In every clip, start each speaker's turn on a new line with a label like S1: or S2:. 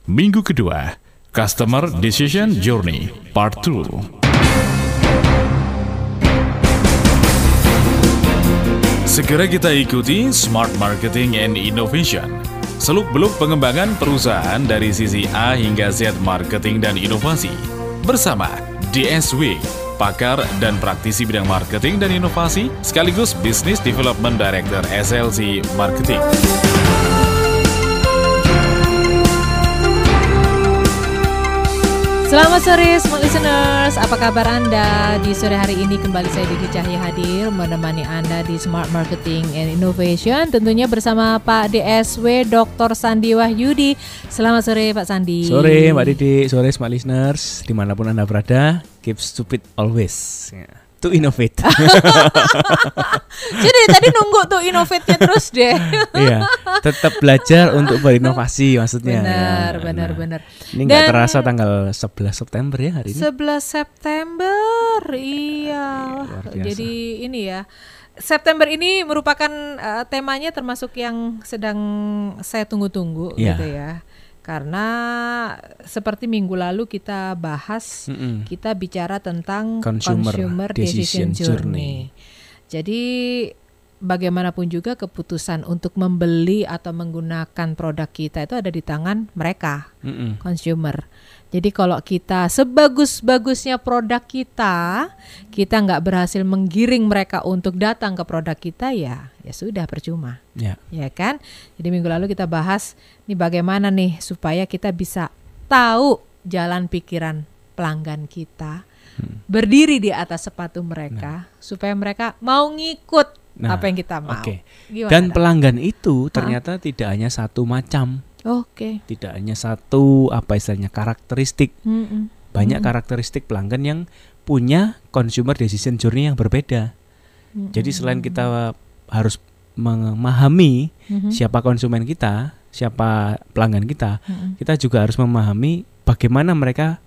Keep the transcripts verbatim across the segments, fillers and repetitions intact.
S1: Minggu kedua, Customer Decision Journey Part dua. Segera kita ikuti Smart Marketing and Innovation. Seluk-beluk pengembangan perusahaan dari sisi A hingga Z marketing dan inovasi. Bersama D S W, pakar dan praktisi bidang marketing dan inovasi, sekaligus Business Development Director S L C Marketing.
S2: Selamat sore Smart Listeners, apa kabar Anda? Di sore hari ini kembali saya Didi Cahya hadir menemani Anda di Smart Marketing and Innovation, tentunya bersama Pak D S W Doktor Sandi Wahyudi. Selamat sore Pak Sandi.
S3: Sore Mbak Didi, sore Smart Listeners, dimanapun Anda berada, keep stupid always to innovate.
S2: Jadi tadi nunggu tuh innovate-nya terus deh.
S3: Iya, tetap belajar untuk berinovasi maksudnya.
S2: Benar,
S3: ya.
S2: benar,
S3: Nah,
S2: benar.
S3: Ini nggak terasa tanggal sebelas September ya hari ini.
S2: sebelas September, iya. Jadi ini ya, September ini merupakan uh, temanya termasuk yang sedang saya tunggu-tunggu
S3: ya.
S2: gitu ya. Karena seperti minggu lalu kita bahas,
S3: Mm-mm.
S2: kita bicara tentang
S3: Consumer,
S2: consumer
S3: decision,
S2: decision journey.
S3: journey.
S2: Jadi bagaimanapun juga keputusan untuk membeli atau menggunakan produk kita itu ada di tangan mereka,
S3: Mm-mm.
S2: consumer. Jadi kalau kita sebagus-bagusnya produk kita, kita nggak berhasil menggiring mereka untuk datang ke produk kita, ya, ya sudah percuma,
S3: Ya.
S2: ya kan? Jadi minggu lalu kita bahas nih bagaimana nih supaya kita bisa tahu jalan pikiran pelanggan kita, hmm. berdiri di atas sepatu mereka, nah. supaya mereka mau ngikut nah, apa yang kita mau.
S3: Okay.
S2: Gimana,
S3: Dan
S2: dah?
S3: pelanggan itu ternyata Hah? tidak hanya satu macam.
S2: Oke. Okay.
S3: Tidak hanya satu apa istilahnya karakteristik.
S2: Mm-mm.
S3: Banyak
S2: Mm-mm.
S3: karakteristik pelanggan yang punya consumer decision journey yang berbeda.
S2: Mm-mm.
S3: Jadi selain kita harus memahami
S2: mm-hmm.
S3: siapa konsumen kita, siapa pelanggan kita,
S2: mm-hmm.
S3: kita juga harus memahami bagaimana mereka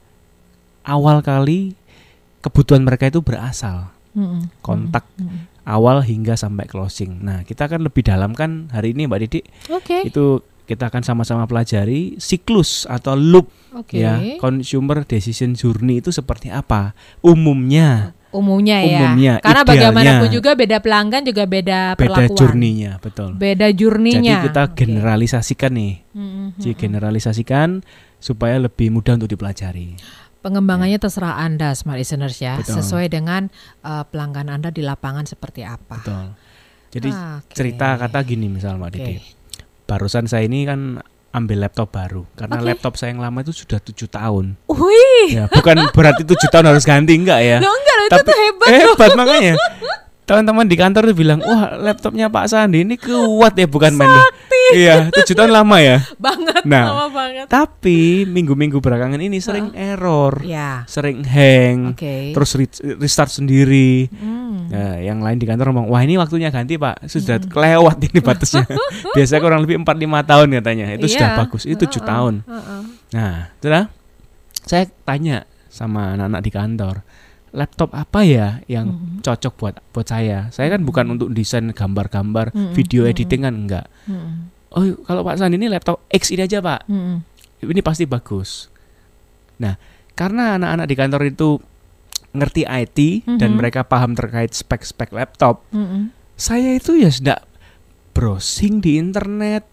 S3: awal kali kebutuhan mereka itu berasal. Mm-hmm. Kontak mm-hmm. awal hingga sampai closing. Nah, kita akan lebih dalam kan hari ini Mbak Didi.
S2: Oke. Okay.
S3: Itu kita akan sama-sama pelajari siklus atau loop
S2: okay.
S3: ya consumer decision journey itu seperti apa umumnya.
S2: Umumnya ya.
S3: Umumnya,
S2: karena
S3: idealnya,
S2: bagaimanapun juga beda pelanggan juga beda perlakuan.
S3: Beda journey-nya, betul.
S2: Beda journey-nya.
S3: Jadi kita
S2: okay.
S3: generalisasikan nih.
S2: Mm-hmm.
S3: Jadi generalisasikan supaya lebih mudah untuk dipelajari.
S2: Pengembangannya ya. terserah Anda Smart Listeners ya,
S3: betul.
S2: sesuai dengan uh, pelanggan Anda di lapangan seperti apa.
S3: Betul. Jadi
S2: ah, okay.
S3: cerita kata gini misal Mbak Didi. Okay. Barusan saya ini kan ambil laptop baru karena okay. laptop saya yang lama itu sudah tujuh tahun.
S2: Wih.
S3: Ya, bukan berarti tujuh tahun harus ganti enggak ya?
S2: Loh, enggak,
S3: Tapi,
S2: itu tuh hebat.
S3: Hebat makanya. Teman-teman di kantor tuh bilang, wah laptopnya Pak Sandi ini kuat ya, bukan main. Iya, tujuh tahun lama ya.
S2: Banget,
S3: nah,
S2: lama banget.
S3: Tapi minggu-minggu belakangan ini sering uh, error,
S2: ya.
S3: sering hang,
S2: okay.
S3: terus re- restart sendiri.
S2: Hmm.
S3: Nah, yang lain di kantor ngomong, wah ini waktunya ganti Pak, sudah hmm. kelewat ini batasnya. Biasanya kurang lebih empat lima tahun katanya, itu yeah. sudah bagus, itu tujuh uh-uh. tahun. Uh-uh. Nah, sudah, saya tanya sama anak-anak di kantor, laptop apa ya yang mm-hmm. cocok buat buat saya? Saya kan bukan untuk desain gambar-gambar, mm-hmm. video editing kan enggak. Mm-hmm. Oh, kalau Pak Sandi ini laptop X ini aja Pak. Mm-hmm. Ini pasti bagus. Nah, karena anak-anak di kantor itu ngerti I T mm-hmm. dan mereka paham terkait spek-spek laptop, mm-hmm. saya itu ya sudah browsing di internet,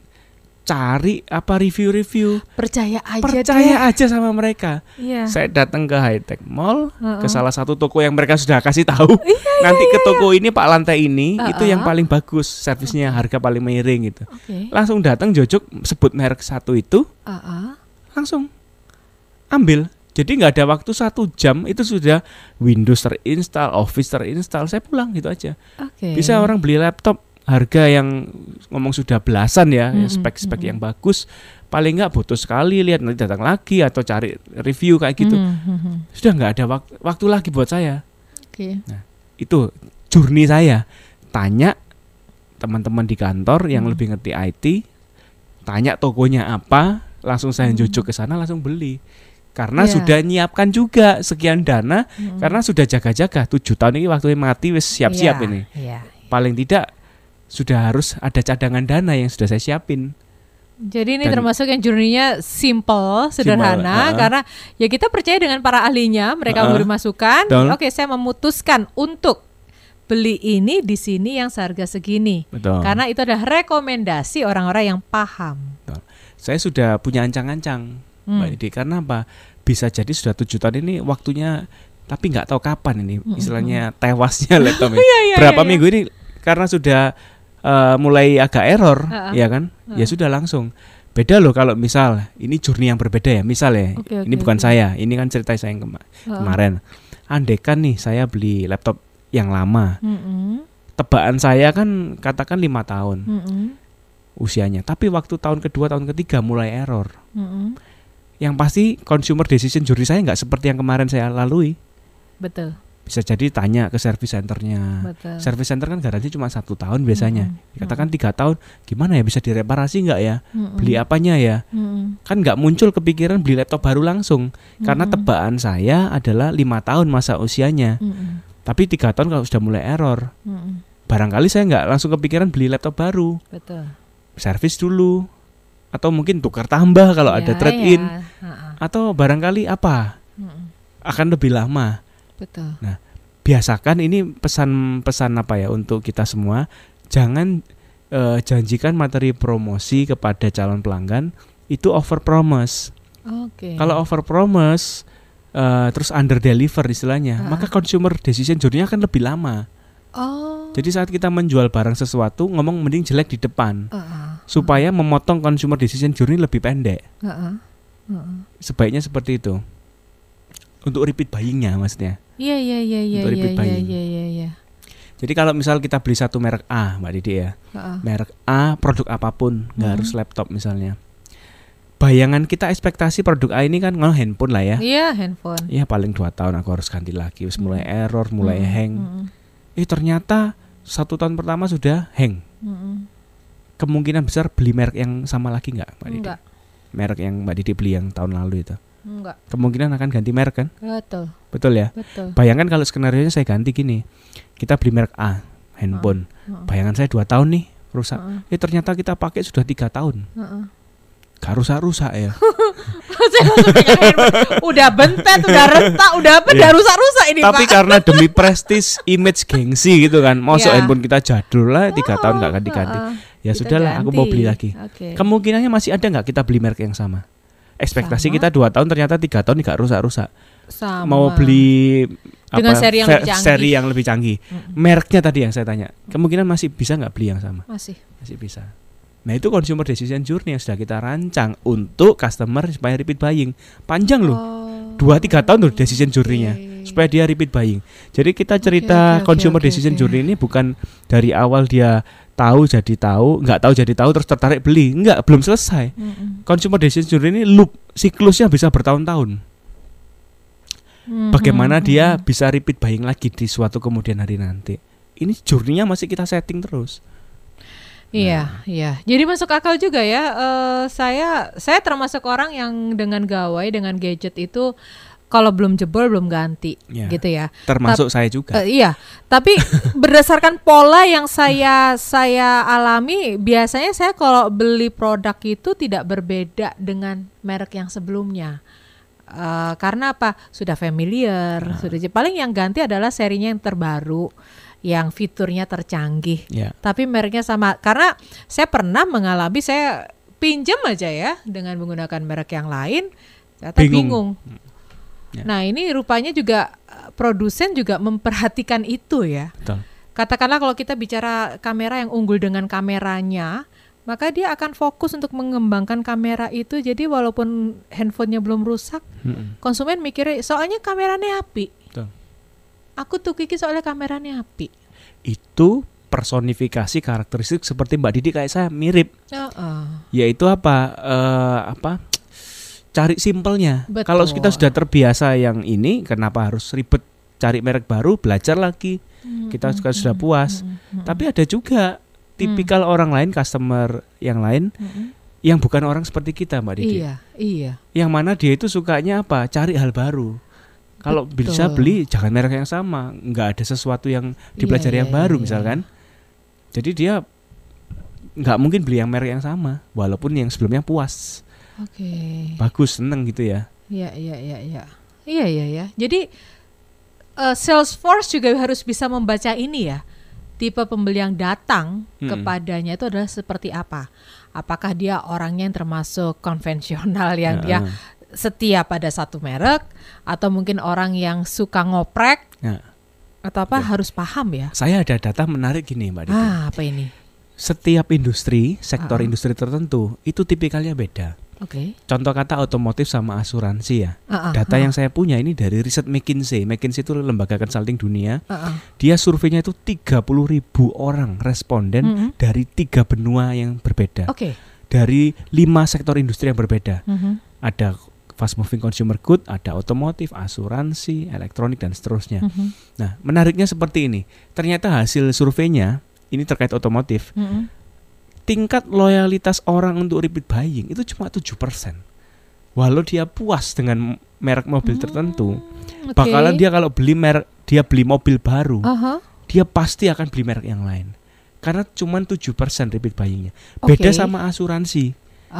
S3: cari apa review-review,
S2: percaya aja
S3: percaya
S2: deh.
S3: aja sama mereka.
S2: Yeah.
S3: Saya datang ke High Tech Mall, uh-uh. ke salah satu toko yang mereka sudah kasih tahu. Yeah, nanti yeah, ke toko yeah. ini Pak lantai ini uh-uh. itu yang paling bagus, servisnya okay. harga paling miring gitu. Okay. Langsung datang jojok sebut merek satu itu, uh-uh. langsung ambil. Jadi nggak ada waktu satu jam itu sudah Windows terinstall, Office terinstall, saya pulang gitu aja. Okay. Bisa orang beli laptop harga yang ngomong sudah belasan ya, mm-hmm. spek-spek mm-hmm. yang bagus, paling nggak butuh sekali lihat nanti datang lagi atau cari review kayak gitu, mm-hmm. sudah nggak ada waktu, waktu lagi buat saya. Okay. Nah itu journey saya, tanya teman-teman di kantor yang mm-hmm. lebih ngerti I T, tanya tokonya apa, langsung saya mm-hmm. jujuk ke sana langsung beli. Karena yeah. sudah nyiapkan juga sekian dana, mm-hmm. karena sudah jaga-jaga tujuh tahun ini waktunya mati wis siap-siap
S2: yeah.
S3: ini,
S2: yeah.
S3: paling tidak sudah harus ada cadangan dana yang sudah saya siapin
S2: Jadi ini
S3: Dan
S2: termasuk yang journey-nya simple, sederhana,
S3: simple, uh,
S2: karena ya kita percaya dengan para ahlinya, mereka
S3: uh,
S2: memberi masukan.
S3: betul.
S2: Oke, saya memutuskan untuk beli ini di sini yang seharga segini.
S3: Betul.
S2: Karena itu adalah rekomendasi orang-orang yang paham.
S3: Betul. Saya sudah punya ancang-ancang,
S2: Hmm.
S3: Mbak Didi, karena apa? Bisa jadi sudah tujuh tahun ini waktunya, tapi nggak tahu kapan ini,
S2: Hmm,
S3: istilahnya tewasnya laptop ini.
S2: Iya, iya,
S3: Berapa
S2: iya,
S3: minggu ini karena sudah uh, mulai agak error,
S2: Uh-uh.
S3: ya kan?
S2: Uh-uh.
S3: Ya sudah langsung. Beda loh kalau misal ini journey yang berbeda ya, misal ya,
S2: Oke,
S3: ini
S2: oke,
S3: bukan
S2: oke.
S3: saya, ini kan cerita saya yang kema-
S2: Uh-uh.
S3: kemarin. Andaikan nih saya beli laptop yang lama,
S2: Mm-mm.
S3: tebaan saya kan katakan lima tahun
S2: Mm-mm.
S3: usianya, tapi waktu tahun kedua, tahun ketiga mulai error.
S2: Mm-mm.
S3: Yang pasti consumer decision journey saya nggak seperti yang kemarin saya lalui.
S2: Betul.
S3: Bisa jadi tanya ke service centernya.
S2: Betul.
S3: Service center kan garansi cuma satu tahun biasanya.
S2: Mm-mm.
S3: Dikatakan tiga tahun, gimana ya bisa direparasi nggak ya?
S2: Mm-mm.
S3: Beli apanya ya?
S2: Mm-mm.
S3: Kan nggak muncul kepikiran beli laptop baru langsung. Karena
S2: Mm-mm.
S3: tebaan saya adalah lima tahun masa usianya.
S2: Mm-mm.
S3: Tapi tiga tahun kalau sudah mulai error,
S2: Mm-mm.
S3: barangkali saya nggak langsung kepikiran beli laptop baru.
S2: Betul.
S3: Servis dulu, atau mungkin tukar tambah kalau ada
S2: Ya,
S3: trade in,
S2: ya. Ha-ha.
S3: atau barangkali apa
S2: Mm-mm.
S3: akan lebih lama.
S2: Betul.
S3: Biasakan ini pesan-pesan apa ya untuk kita semua, jangan eh, janjikan materi promosi kepada calon pelanggan itu over promise.
S2: Oke.
S3: Kalau over promise eh, terus under deliver istilahnya,
S2: Ah.
S3: maka consumer decision journey akan lebih lama.
S2: Oh.
S3: Jadi saat kita menjual barang sesuatu, ngomong mending jelek di depan
S2: Uh-uh.
S3: supaya memotong consumer decision journey lebih pendek.
S2: Uh-uh. Uh-uh.
S3: Sebaiknya seperti itu. Untuk repeat buying-nya maksudnya.
S2: Iya iya iya iya
S3: Untuk
S2: iya
S3: repeat
S2: iya
S3: buying.
S2: iya iya iya.
S3: Jadi kalau misal kita beli satu merek A, Mbak Didi ya,
S2: Uh-uh.
S3: merek A produk apapun, nggak
S2: Hmm.
S3: harus laptop misalnya. Bayangan kita ekspektasi produk A ini kan nggak handphone lah ya.
S2: Iya, handphone.
S3: Ya paling dua tahun aku harus ganti lagi, terus mulai error, mulai
S2: Mm-mm.
S3: hang.
S2: Mm-mm.
S3: Eh ternyata satu tahun pertama sudah hang.
S2: Mm-mm.
S3: Kemungkinan besar beli merek yang sama lagi nggak, Mbak Didi?
S2: Enggak.
S3: Merek yang Mbak Didi beli yang tahun lalu itu.
S2: Enggak.
S3: Kemungkinan akan ganti merek kan?
S2: Betul.
S3: Betul ya?
S2: Betul.
S3: Bayangkan kalau skenarionya saya ganti gini. Kita beli merek A, handphone.
S2: Uh-uh.
S3: Bayangan saya dua tahun nih rusak.
S2: Uh-uh.
S3: Eh ternyata kita pakai sudah tiga tahun.
S2: Uh-uh.
S3: Gak rusak-rusak ya.
S2: Saya langsung pegang handphone. Udah bentet, udah retak, udah apa,
S3: Iya.
S2: udah rusak-rusak ini,
S3: Tapi
S2: Pak.
S3: karena demi prestis, image, gengsi gitu kan. Masuk
S2: Iya.
S3: handphone kita jadul lah, tiga
S2: Oh,
S3: tahun gak ganti-ganti.
S2: uh-uh.
S3: Ya
S2: Kita
S3: sudahlah, aku mau
S2: ganti.
S3: beli lagi.
S2: Oke.
S3: Kemungkinannya masih ada nggak kita beli merek yang sama? Ekspektasi
S2: Sama.
S3: kita dua tahun, ternyata tiga tahun nggak rusak-rusak.
S2: Sama.
S3: Mau beli
S2: Dengan seri yang
S3: ver-
S2: lebih canggih.
S3: seri yang lebih canggih.
S2: Mm-mm.
S3: Mereknya tadi yang saya tanya, kemungkinan masih bisa nggak beli yang sama?
S2: Masih.
S3: Masih bisa. Nah itu consumer decision journey yang sudah kita rancang untuk customer supaya repeat buying. Panjang loh,
S2: Oh.
S3: dua tiga tahun tuh decision journey-nya
S2: Oke.
S3: supaya dia repeat buying. Jadi kita cerita
S2: oke, oke,
S3: consumer
S2: oke,
S3: decision
S2: oke.
S3: journey ini bukan dari awal dia tahu jadi tahu, nggak tahu jadi tahu terus tertarik beli, nggak, belum selesai.
S2: Mm-mm.
S3: Consumer decision journey ini loop, siklusnya bisa bertahun-tahun.
S2: Mhm,
S3: Bagaimana dia
S2: mhm.
S3: bisa repeat buying lagi di suatu kemudian hari nanti. Ini journey-nya masih kita setting terus.
S2: Iya, iya. Jadi masuk akal juga ya. Eh, saya saya termasuk orang yang dengan gawai, dengan gadget itu kalau belum jebol belum ganti,
S3: Ya.
S2: gitu ya.
S3: Termasuk saya juga.
S2: Eh, iya, tapi berdasarkan pola yang saya saya alami, biasanya saya kalau beli produk itu tidak berbeda dengan merek yang sebelumnya. Eh, karena apa? Sudah familiar, sudah paling yang ganti adalah serinya yang terbaru, yang fiturnya tercanggih.
S3: Ya.
S2: Tapi mereknya sama. Karena saya pernah mengalami, saya pinjam aja ya dengan menggunakan merek yang lain, ternyata
S3: Bingung.
S2: bingung.
S3: Ya.
S2: Nah ini rupanya juga eh, produsen juga memperhatikan itu ya.
S3: Betul.
S2: Katakanlah kalau kita bicara kamera yang unggul dengan kameranya, maka dia akan fokus untuk mengembangkan kamera itu. Jadi walaupun handphonenya belum rusak,
S3: Mm-mm.
S2: konsumen mikirnya soalnya kameranya api.
S3: Betul.
S2: Aku tuh Kiki soalnya kameranya api.
S3: Itu personifikasi karakteristik seperti Mbak Didi kayak saya mirip.
S2: Uh-uh.
S3: Yaitu apa? Eh, apa? Cari simpelnya.
S2: Betul.
S3: Kalau kita sudah terbiasa yang ini, kenapa harus ribet cari merek baru, belajar lagi? Kita suka sudah puas. Tapi ada juga tipikal orang lain, customer yang lain yang bukan orang seperti kita, Mbak Didi.
S2: Iya, iya.
S3: Yang mana dia itu sukanya apa? Cari hal baru. Kalau
S2: Betul.
S3: bisa beli jangan merek yang sama, nggak ada sesuatu yang dipelajari
S2: Iya,
S3: yang
S2: iya,
S3: baru
S2: iya.
S3: misalkan. Jadi dia nggak mungkin beli yang merek yang sama, walaupun yang sebelumnya puas.
S2: Oke. Okay.
S3: Bagus, seneng gitu ya.
S2: Iya, iya, iya, iya. Iya, iya, ya. Jadi uh, Salesforce juga harus bisa membaca ini ya. Tipe pembeli yang datang hmm. kepadanya itu adalah seperti apa? Apakah dia orangnya yang termasuk konvensional yang ya. dia setia pada satu merek, atau mungkin orang yang suka ngoprek, ya. atau apa ya. Harus paham ya.
S3: Saya ada data menarik gini Mbak Diti.
S2: Ah, apa ini?
S3: Setiap industri, sektor uh-uh. industri tertentu itu tipikalnya beda.
S2: Oke. Okay.
S3: Contoh kata otomotif sama asuransi ya. Uh-uh. Data uh-uh. yang saya punya ini dari riset McKinsey. McKinsey itu lembaga consulting dunia. Uh-uh. Dia surveinya itu tiga puluh ribu orang responden uh-huh. dari tiga benua yang berbeda.
S2: Oke. Okay.
S3: Dari lima sektor industri yang berbeda.
S2: Uh-huh.
S3: Ada fast moving consumer good, ada otomotif, asuransi, elektronik dan seterusnya. Uh-huh. Nah, menariknya seperti ini. Ternyata hasil surveinya ini terkait otomotif. Uh-huh. Tingkat loyalitas orang untuk repeat buying itu cuma tujuh persen. Walau dia puas dengan merek mobil hmm, tertentu, okay. bakalan dia kalau beli merek, dia beli mobil baru, uh-huh. dia pasti akan beli merek yang lain. Karena cuma tujuh persen repeat buyingnya. Beda okay. sama asuransi.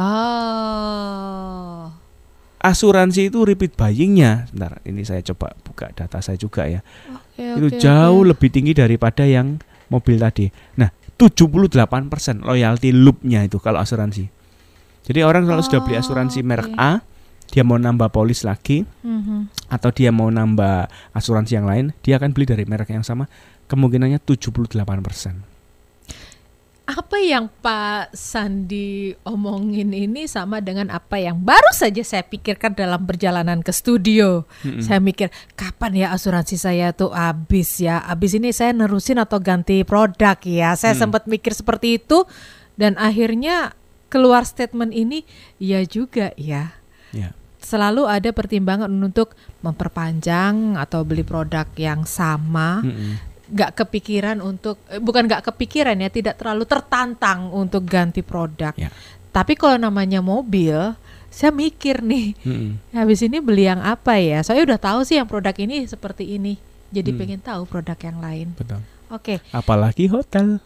S2: Oh.
S3: Asuransi itu repeat buyingnya, bentar, ini saya coba buka data saya juga ya.
S2: Okay,
S3: itu
S2: okay,
S3: jauh
S2: okay.
S3: lebih tinggi daripada yang mobil tadi. Nah, tujuh puluh delapan persen loyalty loop-nya itu kalau asuransi. Jadi orang kalau oh, sudah beli asuransi merek okay. A, dia mau nambah polis lagi, mm-hmm. atau dia mau nambah asuransi yang lain, dia akan beli dari merek yang sama, kemungkinannya tujuh puluh delapan persen.
S2: Apa yang Pak Sandi omongin ini sama dengan apa yang baru saja saya pikirkan dalam perjalanan ke studio. Mm-hmm. Saya mikir, kapan ya asuransi saya tuh habis ya? Habis ini saya nerusin atau ganti produk ya? Saya mm. sempat mikir seperti itu, dan akhirnya keluar statement ini, ya juga ya. Yeah. Selalu ada pertimbangan untuk memperpanjang atau beli produk yang sama. Mm-hmm. Gak kepikiran untuk, bukan gak kepikiran ya, tidak terlalu tertantang untuk ganti produk. Ya. Tapi kalau namanya mobil, saya mikir nih, mm-hmm. habis ini beli yang apa ya? Saya udah tahu sih yang produk ini seperti ini, jadi mm. pengen tahu produk yang lain.
S3: Betul.
S2: Oke. Okay.
S3: Apalagi hotel.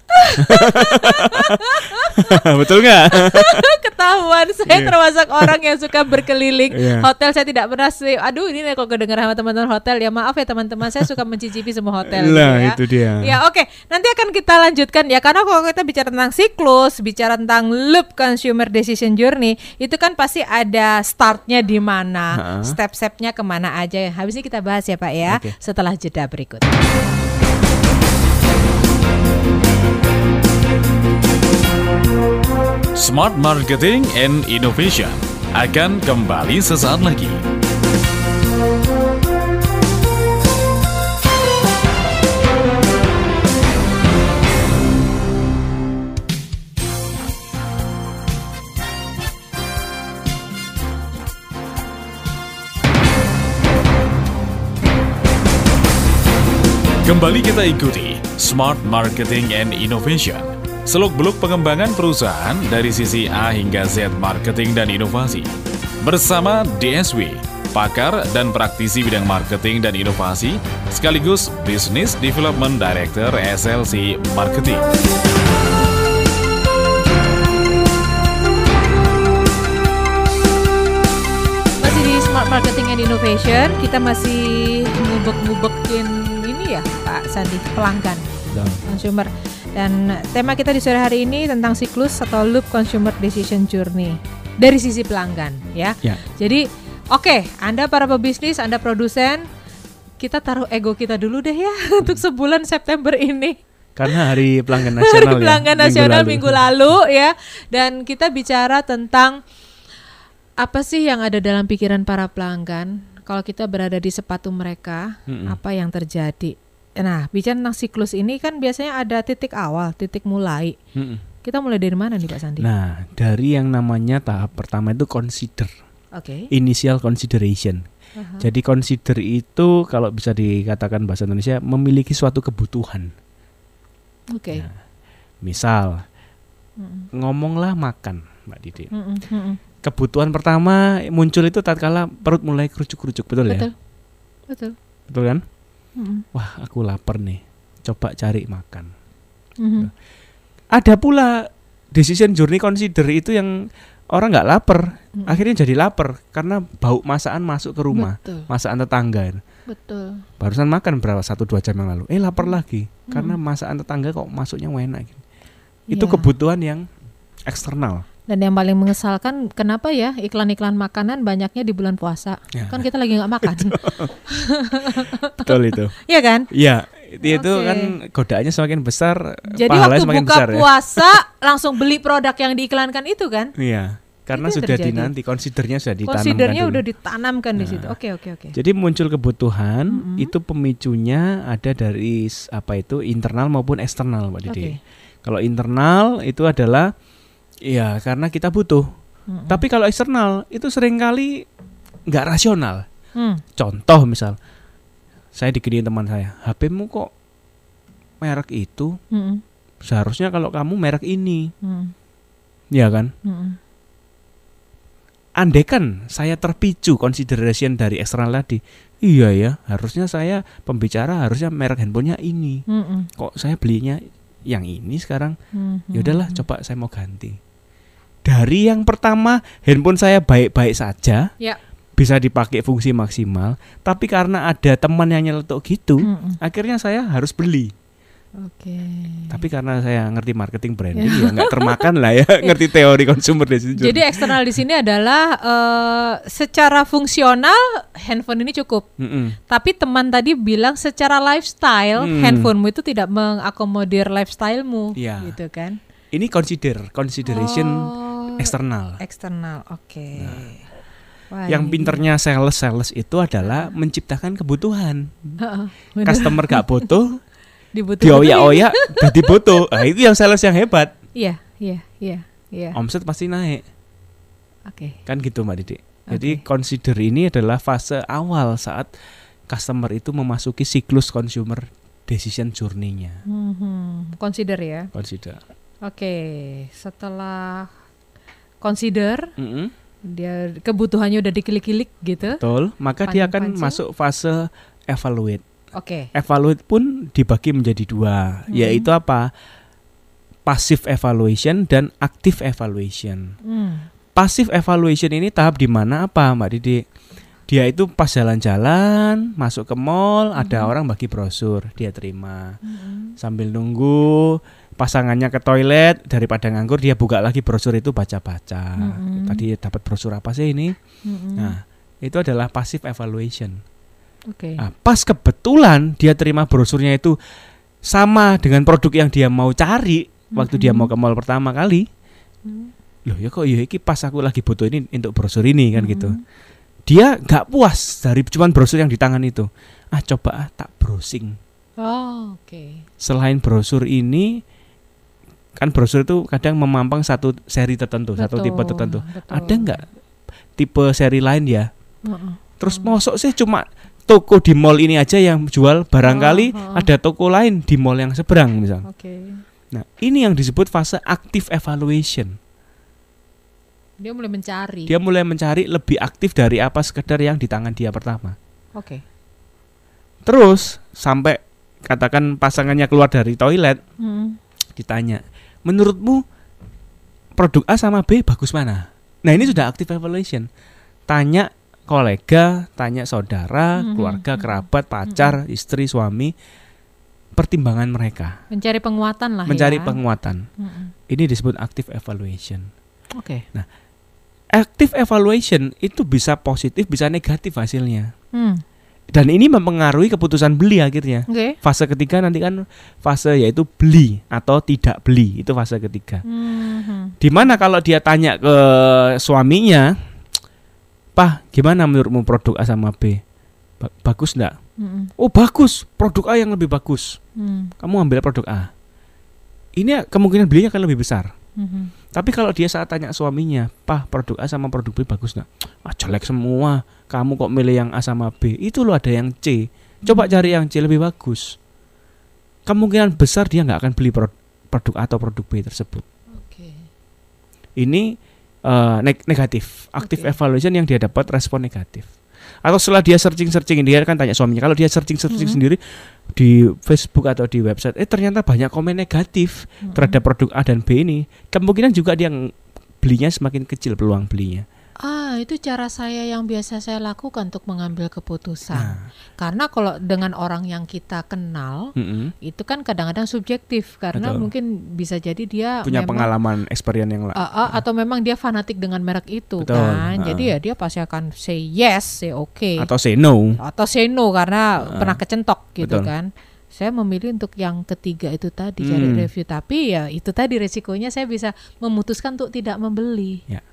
S3: Betul nggak?
S2: Ketahuan, saya yeah. termasuk orang yang suka berkeliling yeah. hotel. Saya tidak pernah sih. Aduh, ini nih kalau kedengeran sama teman-teman hotel ya, maaf ya teman-teman, saya suka mencicipi semua hotel.
S3: Lah,
S2: gitu ya.
S3: Itu dia.
S2: Ya oke, okay. Nanti akan kita lanjutkan ya, karena kalau kita bicara tentang siklus, bicara tentang loop consumer decision journey, itu kan pasti ada startnya di mana, uh-huh. step-stepnya kemana aja. Habis ini kita bahas ya Pak ya, okay. setelah jeda berikut.
S1: Smart Marketing and Innovation akan kembali sesaat lagi. Kembali kita ikuti Smart Marketing and Innovation, seluk-beluk pengembangan perusahaan dari sisi A hingga Z marketing dan inovasi. Bersama D S W, pakar dan praktisi bidang marketing dan inovasi, sekaligus Business Development Director S L C Marketing.
S2: Masih di Smart Marketing and Innovation, kita masih ngubek-ngubekin ini ya Pak Sandi, pelanggan,
S3: dan
S2: consumer. Dan tema kita di sore hari ini tentang siklus atau loop consumer decision journey dari sisi pelanggan ya.
S3: ya.
S2: Jadi oke, okay, Anda para pebisnis, Anda produsen, kita taruh ego kita dulu deh ya hmm. untuk sebulan September ini.
S3: Karena hari pelanggan nasional
S2: hari pelanggan
S3: ya,
S2: nasional
S3: minggu
S2: lalu. minggu lalu ya. Dan kita bicara tentang apa sih yang ada dalam pikiran para pelanggan kalau kita berada di sepatu mereka, hmm. apa yang terjadi. Nah, bicara tentang siklus ini kan biasanya ada titik awal, titik mulai. Mm-mm. Kita mulai dari mana nih Pak Sandi?
S3: Nah, dari yang namanya tahap pertama itu consider.
S2: Oke. Okay.
S3: Initial consideration. Uh-huh. Jadi consider itu kalau bisa dikatakan bahasa Indonesia memiliki suatu kebutuhan.
S2: Oke. Okay.
S3: Nah, misal Mm-mm. ngomonglah makan, Mbak Didi.
S2: Mm-mm. Mm-mm.
S3: Kebutuhan pertama muncul itu tatkala perut mulai kerucuk-kerucuk, betul, betul ya?
S2: Betul. Betul.
S3: Betul kan?
S2: Mm-hmm.
S3: Wah, aku lapar nih, coba cari makan.
S2: Mm-hmm.
S3: Ada pula decision journey consider itu yang orang nggak lapar,
S2: Mm.
S3: akhirnya jadi lapar karena bau masakan masuk ke rumah,
S2: Betul.
S3: masakan tetangga.
S2: Betul.
S3: Barusan makan berapa satu dua jam yang lalu, eh lapar
S2: Mm.
S3: lagi
S2: Mm.
S3: karena masakan tetangga kok masuknya enak. Itu
S2: Iya.
S3: kebutuhan yang eksternal.
S2: Dan yang paling mengesalkan, kenapa ya iklan-iklan makanan banyaknya di bulan puasa?
S3: Ya.
S2: Kan kita lagi nggak makan.
S3: Betul itu.
S2: Iya kan?
S3: Iya, itu, itu
S2: Oke.
S3: kan godaannya semakin besar,
S2: Jadi
S3: pahalanya
S2: waktu
S3: semakin
S2: buka
S3: besar ya.
S2: puasa langsung beli produk yang diiklankan itu kan?
S3: Iya, karena
S2: Itu yang
S3: sudah
S2: terjadi.
S3: dinanti, considernya sudah ditanamkan
S2: Considernya
S3: dulu.
S2: udah ditanamkan di
S3: Nah.
S2: situ. Oke oke oke.
S3: Jadi muncul kebutuhan,
S2: Mm-mm.
S3: itu pemicunya ada dari s- apa itu internal maupun eksternal, Mbak Didi.
S2: Oke.
S3: Kalau internal itu adalah ya karena kita butuh.
S2: Mm-mm.
S3: Tapi kalau eksternal itu seringkali nggak rasional.
S2: Hmm.
S3: Contoh misal, saya diginiin teman saya, H P-mu kok merek itu,
S2: Mm-mm.
S3: seharusnya kalau kamu merek ini,
S2: Mm-mm.
S3: ya kan?
S2: Mm-mm.
S3: Andekan saya terpicu consideration dari eksternal tadi, iya ya, harusnya saya pembicara harusnya merek handphonenya ini.
S2: Mm-mm.
S3: Kok saya belinya yang ini sekarang?
S2: Mm-mm.
S3: Ya udahlah, coba saya mau ganti. Dari yang pertama handphone saya baik-baik saja,
S2: Ya.
S3: bisa dipakai fungsi maksimal, tapi karena ada teman yang nyeletuk gitu,
S2: Mm-mm.
S3: akhirnya saya harus beli.
S2: Oke.
S3: Tapi karena saya ngerti marketing branding, ya nggak termakan lah ya, ngerti teori consumer decision.
S2: Jadi eksternal di sini adalah eh, secara fungsional handphone ini cukup.
S3: Mm-mm.
S2: Tapi teman tadi bilang secara lifestyle
S3: Hmm.
S2: handphonemu itu tidak mengakomodir lifestylemu,
S3: Iya.
S2: gitu kan?
S3: Ini consider, consideration
S2: Oh,
S3: eksternal.
S2: eksternal, oke. Wah,
S3: Yang
S2: ini-
S3: pinternya sales-sales itu adalah menciptakan kebutuhan.
S2: Heeh, bener.
S3: Customer gak butuh,
S2: Dibutuhin.
S3: dioyak-oyak, jadi butuh. Nah, itu yang sales yang hebat.
S2: Iya, iya, iya, iya.
S3: Omset pasti naik.
S2: Oke.
S3: Kan gitu Mbak Didi. Jadi
S2: Oke.
S3: consider ini adalah fase awal saat customer itu memasuki siklus consumer decision journey-nya.
S2: Mhm. Consider ya.
S3: Consider.
S2: Oke, setelah consider
S3: Mm-mm.
S2: dia kebutuhannya udah dikilik-kilik gitu.
S3: Betul. Maka dia akan
S2: Pancing-pancing.
S3: masuk fase evaluate.
S2: Oke.
S3: Evaluate pun dibagi menjadi dua,
S2: Hmm.
S3: yaitu apa? Passive evaluation dan active evaluation.
S2: Hmm.
S3: Passive evaluation ini tahap di mana apa, Mbak Didi? Dia itu pas jalan-jalan, masuk ke mall, ada orang bagi brosur, dia terima.
S2: Mhm.
S3: Sambil nunggu pasangannya ke toilet, daripada nganggur dia buka lagi brosur itu baca-baca.
S2: Mm-mm.
S3: Tadi dapat brosur apa sih ini?
S2: Mhm.
S3: Nah, itu adalah passive evaluation.
S2: Oke.
S3: Nah, pas kebetulan dia terima brosurnya itu sama dengan produk yang dia mau cari waktu dia mau ke mall pertama kali.
S2: Hmm.
S3: Loh ya kok ya iki pas aku lagi butuh ini untuk brosur ini kan
S2: Mm-mm.
S3: gitu. Dia nggak puas dari cuman brosur yang di tangan itu. Ah coba ah, tak browsing.
S2: Oh, oke.
S3: Selain brosur ini, kan brosur itu kadang memampang satu seri tertentu, satu
S2: Betul,
S3: tipe tertentu.
S2: betul.
S3: Ada nggak tipe seri lain ya?
S2: Heeh.
S3: Terus mosok sih cuma toko di mall ini aja yang jual, barangkali
S2: Oh, oh.
S3: ada toko lain di mall yang seberang misal.
S2: Oke.
S3: Nah, ini yang disebut fase active evaluation.
S2: Dia mulai mencari.
S3: Dia mulai mencari lebih aktif dari apa sekedar yang di tangan dia pertama.
S2: Oke.
S3: Terus sampai katakan pasangannya keluar dari toilet,
S2: Hmm.
S3: ditanya, menurutmu produk A sama B bagus mana? Nah, ini sudah active evaluation. Tanya kolega, tanya saudara,
S2: Mhm.
S3: keluarga, kerabat, pacar, istri, suami, pertimbangan mereka,
S2: Mencari penguatan lah
S3: mencari
S2: ya.
S3: penguatan.
S2: Mm-mm.
S3: Ini disebut active evaluation.
S2: Oke.
S3: Active evaluation itu bisa positif, bisa negatif hasilnya.
S2: Hmm.
S3: Dan ini mempengaruhi keputusan beli akhirnya.
S2: Oke.
S3: Fase ketiga nanti kan fase yaitu beli atau tidak beli, itu fase ketiga.
S2: Mhm.
S3: Dimana kalau dia tanya ke suaminya, "Pah, gimana menurutmu produk A sama B? Ba- bagus enggak?"
S2: Mm-mm.
S3: "Oh, bagus, produk A yang lebih bagus."
S2: Hmm.
S3: Kamu ambil produk A. Ini kemungkinan belinya akan lebih besar.
S2: Mhm.
S3: Tapi kalau dia saat tanya suaminya, "Pah, produk A sama produk B bagus enggak?" "Ah, jelek semua. Kamu kok milih yang A sama B? Itu loh ada yang C. Coba cari yang C lebih bagus." Kemungkinan besar dia nggak akan beli pro- produk A atau produk B tersebut.
S2: Oke.
S3: Ini uh, neg- negatif, active
S2: Oke.
S3: evaluation yang dia dapat respon negatif. Atau setelah dia searching-searching, dia kan tanya suaminya, kalau dia searching-searching mm-hmm. sendiri di Facebook atau di website, eh ternyata banyak komen negatif mm-hmm. terhadap produk A dan B ini, kemungkinan juga dia belinya semakin kecil peluang belinya.
S2: Ah, itu cara saya yang biasa saya lakukan untuk mengambil keputusan. Nah. Karena kalau dengan orang yang kita kenal, mm-hmm. itu kan kadang-kadang subjektif karena Betul. mungkin bisa jadi dia
S3: punya
S2: memang,
S3: pengalaman experience yang lain.
S2: Uh, uh, atau memang dia fanatik dengan merek itu Betul. kan. Uh. Jadi ya dia pasti akan say yes, say okay.
S3: Atau say no.
S2: Atau say no karena uh. pernah kecentok gitu
S3: Betul.
S2: kan. Saya memilih untuk yang ketiga itu tadi, cari hmm. review, tapi ya itu tadi resikonya saya bisa memutuskan untuk tidak membeli.
S3: Ya.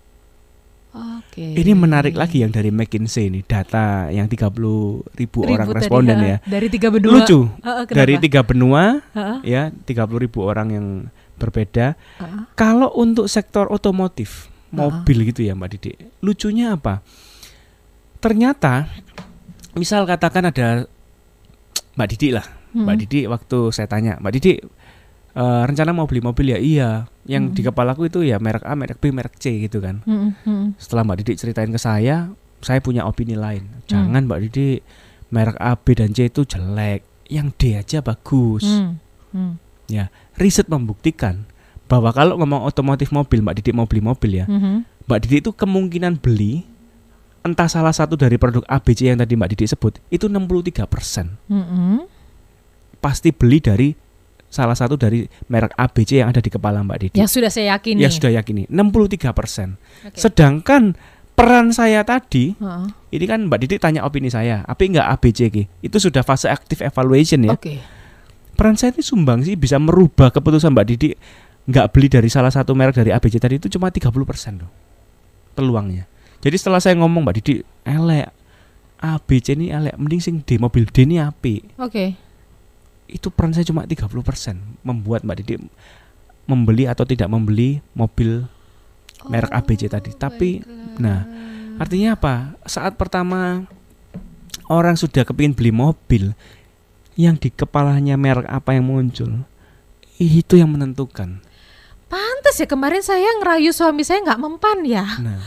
S2: Okay.
S3: Ini menarik lagi yang dari McKinsey nih, data yang tiga puluh ribu orang responden
S2: tadi,
S3: ya.
S2: Dari tiga benua.
S3: Lucu.
S2: Uh, uh,
S3: dari tiga benua
S2: uh, uh.
S3: ya, tiga puluh ribu orang yang berbeda.
S2: Uh, uh.
S3: Kalau untuk sektor otomotif, mobil uh, uh. gitu ya Mbak Didi. Lucunya apa? Ternyata misal katakan ada Mbak Didi lah. Hmm. Mbak Didi waktu saya tanya, Mbak Didi Uh, rencana mau beli mobil ya iya, yang hmm. di kepalaku itu ya merek A, merek B, merek C gitu kan. Hmm. Hmm. Setelah Mbak Didi ceritain ke saya, saya punya opini lain. Jangan hmm. Mbak Didi, merek A, B dan C itu jelek, yang D aja bagus. Hmm. Hmm. Ya, riset membuktikan bahwa kalau ngomong otomotif mobil, Mbak Didi mau beli mobil ya, hmm. Mbak Didi itu kemungkinan beli entah salah satu dari produk A, B, C yang tadi Mbak Didi sebut itu enam puluh tiga persen. Hmm. Pasti beli dari salah satu dari merek A B C yang ada di kepala Mbak Didi.
S2: Yang sudah saya yakini.
S3: Yang sudah yakini, enam puluh tiga persen. Okay. Sedangkan peran saya tadi, uh-uh. ini kan Mbak Didi tanya opini saya, tapi enggak A B C G. Itu sudah fase active evaluation ya.
S2: Okay.
S3: Peran saya ini sumbang sih bisa merubah keputusan Mbak Didi enggak beli dari salah satu merek dari A B C tadi itu cuma tiga puluh persen loh peluangnya. Jadi setelah saya ngomong Mbak Didi, elek A B C ini elek, mending sing D, mobil D ini apik.
S2: Oke. Okay.
S3: Itu peran saya cuma tiga puluh persen membuat Mbak Didi membeli atau tidak membeli mobil merek oh, A B C tadi. Tapi baiklah. Nah, artinya apa? Saat pertama orang sudah kepingin beli mobil, yang di kepalanya merek apa yang muncul, itu yang menentukan.
S2: Pantes ya kemarin saya ngerayu suami saya nggak mempan ya. Nah.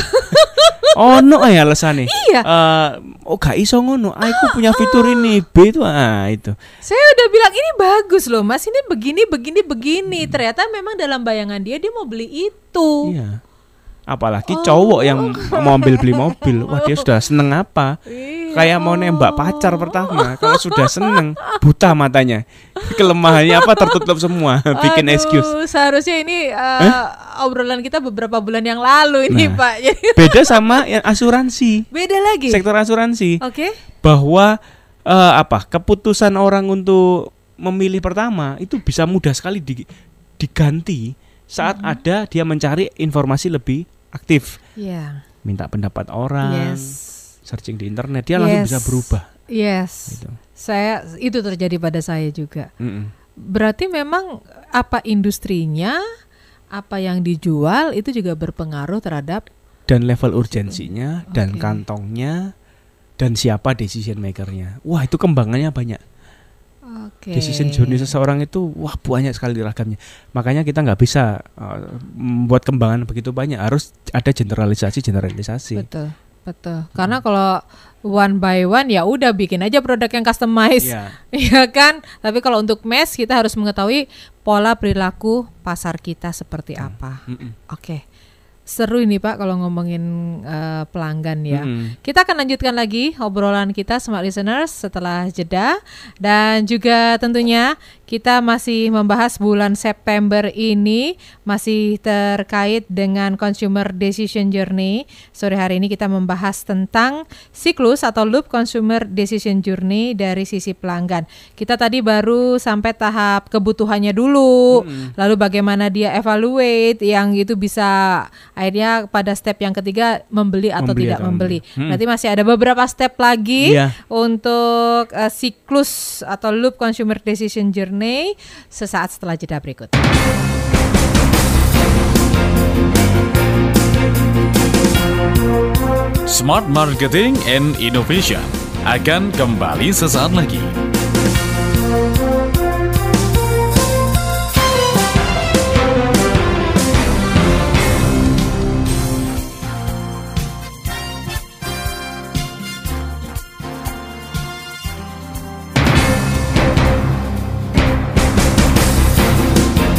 S3: Oh no ya alasannya.
S2: Iya.
S3: Uh, oh gak iso ngono. Aku punya fitur ini B itu ah itu.
S2: Saya udah bilang ini bagus loh Mas, ini begini begini begini. Hmm. Ternyata memang dalam bayangan dia dia mau beli itu.
S3: Iya. Apalagi oh. cowok yang mau ambil beli mobil, wah dia sudah seneng apa? Iya. Kayak mau nembak pacar pertama. Kalau sudah seneng, buta matanya. Kelemahannya apa tertutup semua, bikin
S2: Aduh,
S3: excuse.
S2: Seharusnya ini uh, eh? obrolan kita beberapa bulan yang lalu ini nah, Pak.
S3: Beda sama yang asuransi.
S2: Beda lagi.
S3: Sektor asuransi.
S2: Oke. Okay.
S3: Bahwa uh, apa? Keputusan orang untuk memilih pertama itu bisa mudah sekali di, diganti saat mm-hmm. ada dia mencari informasi lebih aktif.
S2: Yeah.
S3: Minta pendapat orang.
S2: Yes.
S3: Searching di internet dia yes. langsung bisa berubah.
S2: Yes.
S3: Gitu.
S2: Saya itu terjadi pada saya juga.
S3: Mm-mm.
S2: Berarti memang apa industrinya, apa yang dijual itu juga berpengaruh terhadap
S3: dan level urgensinya
S2: okay.
S3: dan kantongnya dan siapa decision makernya. Wah, itu kembangannya banyak. Okay. Decision journey seseorang itu wah banyak sekali ragamnya. Makanya kita nggak bisa uh, membuat kembangan begitu banyak. Harus ada generalisasi generalisasi.
S2: Betul. Betul, karena kalau one by one ya udah bikin aja produk yang customize,
S3: yeah.
S2: ya kan. Tapi kalau untuk mass kita harus mengetahui pola perilaku pasar kita seperti apa.
S3: Mm-mm.
S2: Oke, seru ini Pak kalau ngomongin uh, pelanggan ya.
S3: Mm-mm.
S2: Kita akan lanjutkan lagi obrolan kita Smart Listeners setelah jeda, dan juga tentunya kita masih membahas bulan September ini masih terkait dengan consumer decision journey. Sore hari ini kita membahas tentang siklus atau loop consumer decision journey dari sisi pelanggan. Kita tadi baru sampai tahap kebutuhannya dulu, hmm. lalu bagaimana dia evaluate yang itu bisa akhirnya pada step yang ketiga membeli atau membeli tidak atau membeli. Hmm. Nanti masih ada beberapa step lagi yeah. untuk uh, siklus atau loop consumer decision journey sesaat setelah jeda berikut.
S1: Smart Marketing and Innovation akan kembali sesaat lagi.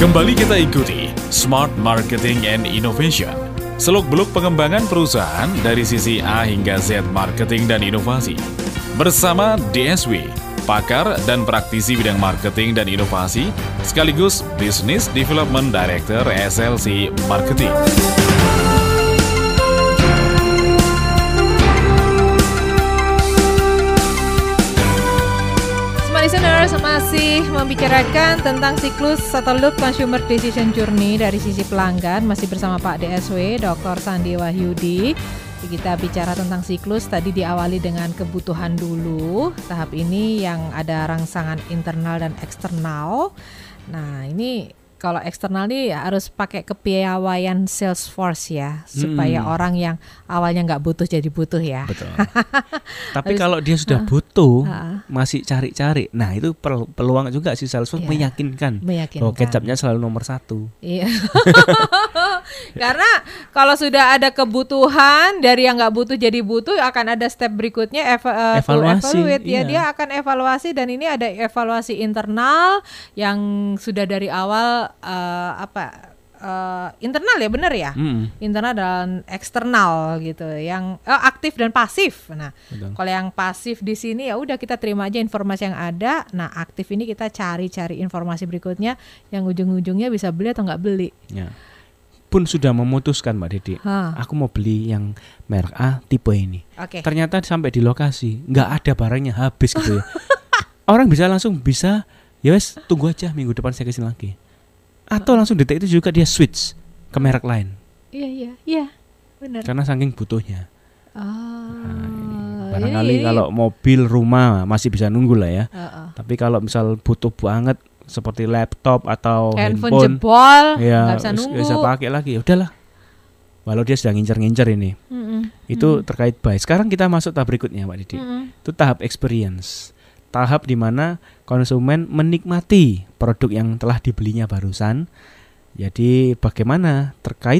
S1: Kembali kita ikuti Smart Marketing and Innovation. Seluk-beluk pengembangan perusahaan dari sisi A hingga Z marketing dan inovasi. Bersama D S W, pakar dan praktisi bidang marketing dan inovasi, sekaligus Business Development Director S L C Marketing.
S2: Listeners, masih membicarakan tentang siklus atau loop consumer decision journey dari sisi pelanggan, masih bersama Pak D S W, Doktor Sandi Wahyudi. Kita bicara tentang siklus, tadi diawali dengan kebutuhan dulu. Tahap ini yang ada rangsangan internal dan eksternal. Nah, ini kalau eksternal nih harus pakai kepiawaian Salesforce ya, supaya hmm. orang yang awalnya nggak butuh jadi butuh ya.
S3: Betul. Tapi kalau dia sudah uh, butuh, uh, masih cari-cari, nah itu peluang juga si Salesforce yeah. meyakinkan, meyakinkan bahwa kecapnya selalu nomor satu. Iya.
S2: Karena kalau sudah ada kebutuhan dari yang nggak butuh jadi butuh, akan ada step berikutnya ev- uh,
S3: evaluasi.
S2: Evaluate
S3: iya.
S2: ya, dia akan evaluasi, dan ini ada evaluasi internal yang sudah dari awal. Uh, apa uh, internal ya, benar ya, mm. internal dan eksternal gitu, yang uh, aktif dan pasif. Nah, kalau yang pasif di sini ya udah kita terima aja informasi yang ada. Nah, aktif ini kita cari-cari informasi berikutnya yang ujung-ujungnya bisa beli atau nggak beli.
S3: Ya. Pun sudah memutuskan Mbak Didi, huh. aku mau beli yang merek A tipe ini. Okay. Ternyata sampai di lokasi nggak ada barangnya, habis gitu ya. Orang bisa langsung bisa, ya wes tunggu aja minggu depan saya kesini lagi. Atau langsung detik itu juga dia switch ke merek lain.
S2: Iya iya iya, benar.
S3: Karena saking butuhnya.
S2: Oh,
S3: nah, barangkali ini, kalau mobil, rumah masih bisa nunggu lah ya. Uh-uh. Tapi kalau misal butuh banget seperti laptop atau handphone, handphone
S2: jebol,
S3: ya
S2: nggak bisa nunggu,
S3: nggak bisa pakai lagi. Ya udahlah. Walau dia sedang ngincer-ngincer ini. Mm-mm. Itu mm. terkait buy. Sekarang kita masuk tahap berikutnya, Pak Didi. Mm-mm. Itu tahap experience. Tahap di mana konsumen menikmati produk yang telah dibelinya barusan. Jadi bagaimana terkait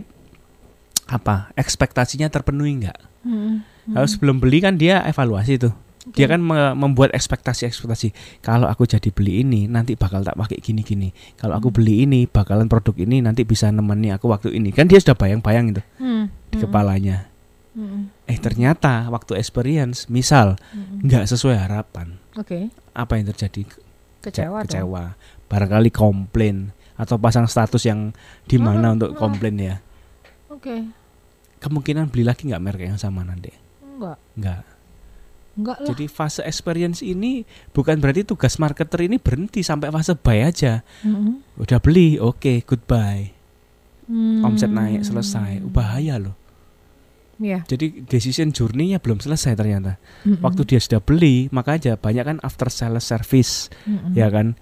S3: apa ekspektasinya terpenuhi enggak? Hmm, hmm. Kalau sebelum beli kan dia evaluasi tuh. Okay. Dia kan me- membuat ekspektasi-ekspektasi. Kalau aku jadi beli ini nanti bakal tak pakai gini-gini. Kalau aku beli ini bakalan produk ini nanti bisa nemeni aku waktu ini. Kan dia sudah bayang-bayang itu hmm, di hmm. kepalanya. Hmm. Eh ternyata waktu experience misal nggak hmm. sesuai harapan.
S2: Oke. Okay.
S3: Apa yang terjadi?
S2: Kecewa.
S3: Ke- kecewa. Barangkali komplain atau pasang status yang di mana oh, untuk oh. komplain ya.
S2: Oke. Okay.
S3: Kemungkinan beli lagi nggak merek yang sama nanti?
S2: Enggak.
S3: Enggak.
S2: Enggak lah.
S3: Jadi fase experience ini bukan berarti tugas marketer ini berhenti sampai fase buy aja. Mm-hmm. Udah beli, oke, okay, goodbye. Mm. Omset naik, selesai. Bahaya loh.
S2: Yeah.
S3: Jadi decision journey-nya belum selesai ternyata. Mm-hmm. Waktu dia sudah beli, maka aja banyak kan after sales service, mm-hmm. ya kan,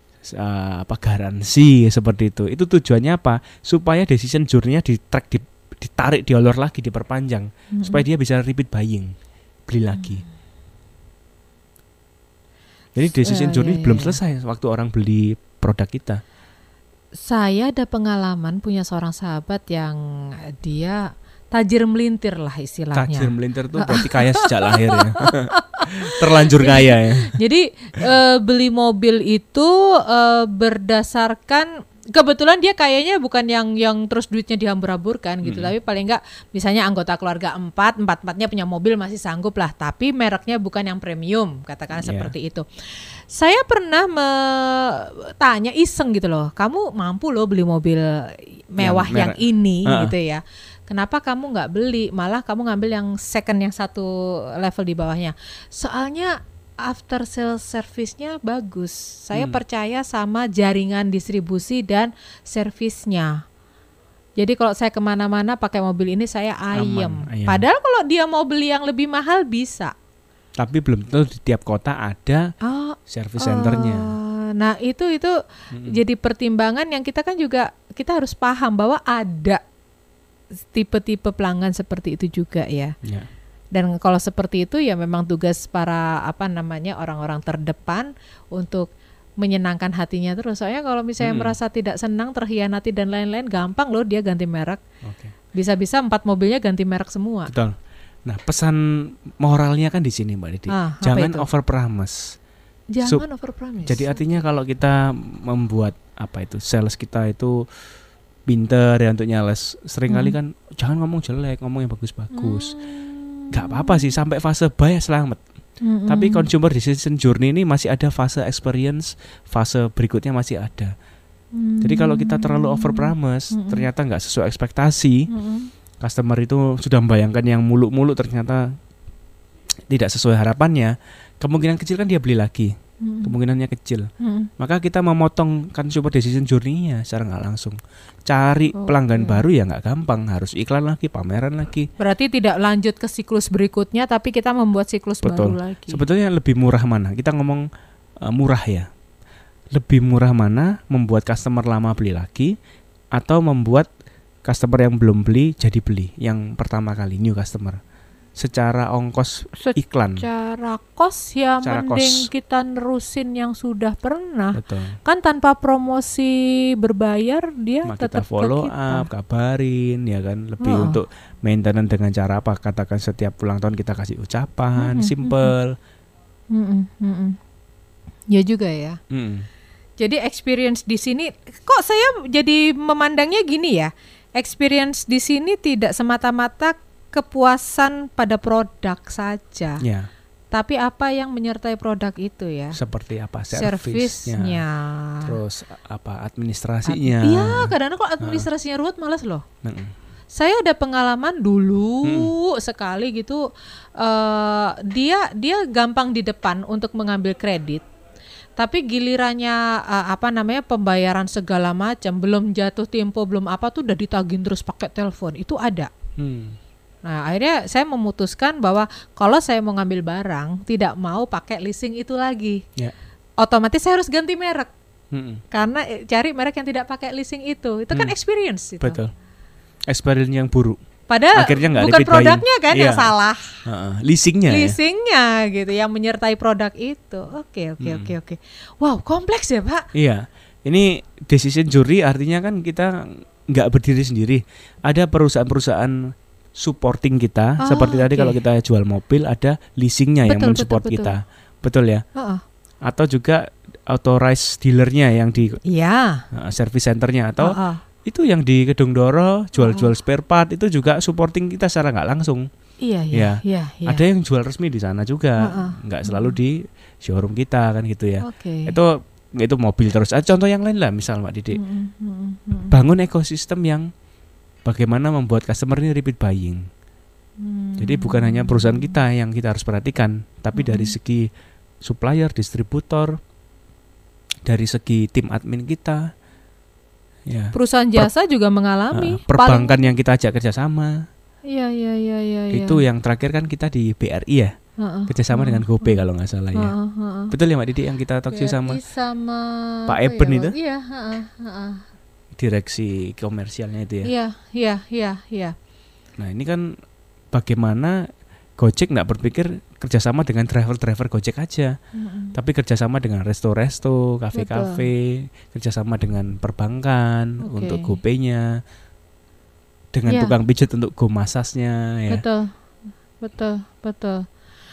S3: uh, apa garansi seperti itu. Itu tujuannya apa? Supaya decision journey-nya di track, di, ditarik, diolor lagi, diperpanjang, mm-hmm. supaya dia bisa repeat buying, beli lagi. Mm. Jadi decision uh, journey yeah, belum yeah. selesai waktu orang beli produk kita.
S2: Saya ada pengalaman punya seorang sahabat yang dia tajir melintir lah istilahnya.
S3: Tajir melintir tuh berarti kaya sejak lahir ya. Terlanjur kaya ya.
S2: Jadi uh, beli mobil itu uh, berdasarkan kebetulan dia kayaknya bukan yang yang terus duitnya dihambur-hamburkan gitu, hmm. tapi paling enggak misalnya anggota keluarga empat, empat-empatnya punya mobil masih sanggup lah, tapi mereknya bukan yang premium, katakan yeah. seperti itu. Saya pernah me- tanya iseng gitu loh, kamu mampu loh beli mobil mewah yang, yang ini uh. gitu ya. Kenapa kamu nggak beli, malah kamu ngambil yang second yang satu level di bawahnya? Soalnya after sales service-nya bagus. Saya hmm. percaya sama jaringan distribusi dan servisnya. Jadi kalau saya kemana-mana pakai mobil ini saya ayem. Aman, ayem. Padahal kalau dia mau beli yang lebih mahal bisa.
S3: Tapi belum tentu di tiap kota ada oh, service centernya.
S2: Uh, nah itu itu hmm. jadi pertimbangan yang kita kan juga kita harus paham bahwa ada tipe-tipe pelanggan seperti itu juga ya. Ya. Dan kalau seperti itu ya memang tugas para apa namanya orang-orang terdepan untuk menyenangkan hatinya terus. Soalnya kalau misalnya hmm. merasa tidak senang, terhianati dan lain-lain, gampang loh dia ganti merek. Okay. Bisa-bisa empat mobilnya ganti merek semua.
S3: Betul. Nah pesan moralnya kan di sini Mbak Didi. Ah, jangan over promise.
S2: Jangan so, over promise.
S3: Jadi artinya kalau kita membuat apa itu sales kita itu pinter ya untuk nyales. Seringkali hmm. kan jangan ngomong jelek, ngomong yang bagus-bagus. Hmm. Gak apa-apa sih sampai fase buy selamat. Hmm. Tapi consumer decision journey ini masih ada fase experience, fase berikutnya masih ada. Hmm. Jadi kalau kita terlalu over promise, hmm. ternyata nggak sesuai ekspektasi, hmm. customer itu sudah membayangkan yang muluk-muluk ternyata tidak sesuai harapannya, kemungkinan kecil kan dia beli lagi, hmm. kemungkinannya kecil. Hmm. Maka kita memotong consumer decision journey-nya secara nggak langsung. Cari okay. pelanggan baru ya nggak gampang, harus iklan lagi, pameran lagi.
S2: Berarti tidak lanjut ke siklus berikutnya, tapi kita membuat siklus
S3: Betul.
S2: baru lagi.
S3: Sebetulnya lebih murah mana? Kita ngomong uh, murah ya. Lebih murah mana membuat customer lama beli lagi, atau membuat customer yang belum beli jadi beli yang pertama kali, new customer. Secara ongkos iklan.
S2: Secara kos ya
S3: Secara
S2: mending
S3: kos.
S2: kita nerusin yang sudah pernah.
S3: Betul.
S2: Kan tanpa promosi berbayar dia
S3: Cuma
S2: tetap
S3: kita follow
S2: ke kita.
S3: up, kabarin ya kan, lebih
S2: Oh.
S3: untuk maintenance dengan cara apa? Katakan setiap ulang tahun kita kasih ucapan, mm-hmm. simple.
S2: Mm-hmm. Mm-hmm. Ya juga ya.
S3: Mm.
S2: Jadi experience di sini kok saya jadi memandangnya gini ya. Experience di sini tidak semata-mata kepuasan pada produk saja,
S3: Ya.
S2: tapi apa yang menyertai produk itu ya.
S3: Seperti apa?
S2: Servisnya,
S3: terus apa administrasinya.
S2: Ad- iya, kadang-kadang kalau administrasinya uh. ruwet malas loh.
S3: Mm-mm.
S2: Saya ada pengalaman dulu hmm. sekali gitu, uh, dia dia gampang di depan untuk mengambil kredit. Tapi gilirannya uh, apa namanya pembayaran segala macam, belum jatuh tempo, belum apa tuh udah ditagih terus pakai telepon. Itu ada. Hmm. Nah, akhirnya saya memutuskan bahwa kalau saya mau ngambil barang, tidak mau pakai leasing itu lagi. Yeah. Otomatis saya harus ganti merek. Hmm. Karena eh, cari merek yang tidak pakai leasing itu. Itu hmm. kan experience itu.
S3: Betul. Experience yang buruk.
S2: Padahal bukan produknya kan yeah. yang salah.
S3: Uh-uh. Leasingnya.
S2: Leasingnya ya? Gitu yang menyertai produk itu. Oke, oke, hmm. oke, oke. Wow, kompleks ya, Pak?
S3: Iya. Ini decision jury artinya kan kita nggak berdiri sendiri. Ada perusahaan-perusahaan supporting kita, oh, seperti tadi okay. kalau kita jual mobil ada leasingnya betul, yang mensupport betul, kita, betul, betul ya. Uh-uh. Atau juga authorized dealernya yang di
S2: yeah.
S3: uh, service centernya atau
S2: uh-uh.
S3: itu yang di Gedung Doro jual-jual uh-uh. spare part itu juga supporting kita secara nggak langsung.
S2: Iya, iya, iya, iya.
S3: Ada yang jual resmi di sana juga, uh-uh. nggak selalu di showroom kita kan gitu ya.
S2: Okay.
S3: Itu itu mobil terus. Ah, contoh yang lain lah, misal Mbak Didi, mm-hmm. bangun ekosistem yang bagaimana membuat customer ini repeat buying. Hmm. Jadi bukan hanya perusahaan kita yang kita harus perhatikan, tapi hmm. dari segi supplier, distributor, dari segi tim admin kita. Ya.
S2: Perusahaan jasa per, juga mengalami.
S3: Uh, perbankan paling... yang kita ajak kerjasama.
S2: Iya, iya, iya, iya.
S3: Itu yang terakhir kan kita di B R I ya, uh-uh. kerjasama uh-uh. dengan GoPay uh-uh. kalau nggak salah ya. Uh-uh. Uh-uh. Betul ya Mbak Didi yang kita talk sama.
S2: sama
S3: Pak Eben
S2: ya,
S3: itu.
S2: Iya, uh-uh. Uh-uh.
S3: Direksi komersialnya itu ya.
S2: Iya, iya, iya, iya.
S3: Nah ini kan bagaimana Gojek nggak berpikir kerjasama dengan driver-driver Gojek aja, mm-hmm. tapi kerjasama dengan resto-resto, kafe-kafe, kerjasama dengan perbankan okay. untuk GoPay-nya, dengan yeah. tukang pijat untuk Go Massage-nya. Ya.
S2: Betul, betul, betul.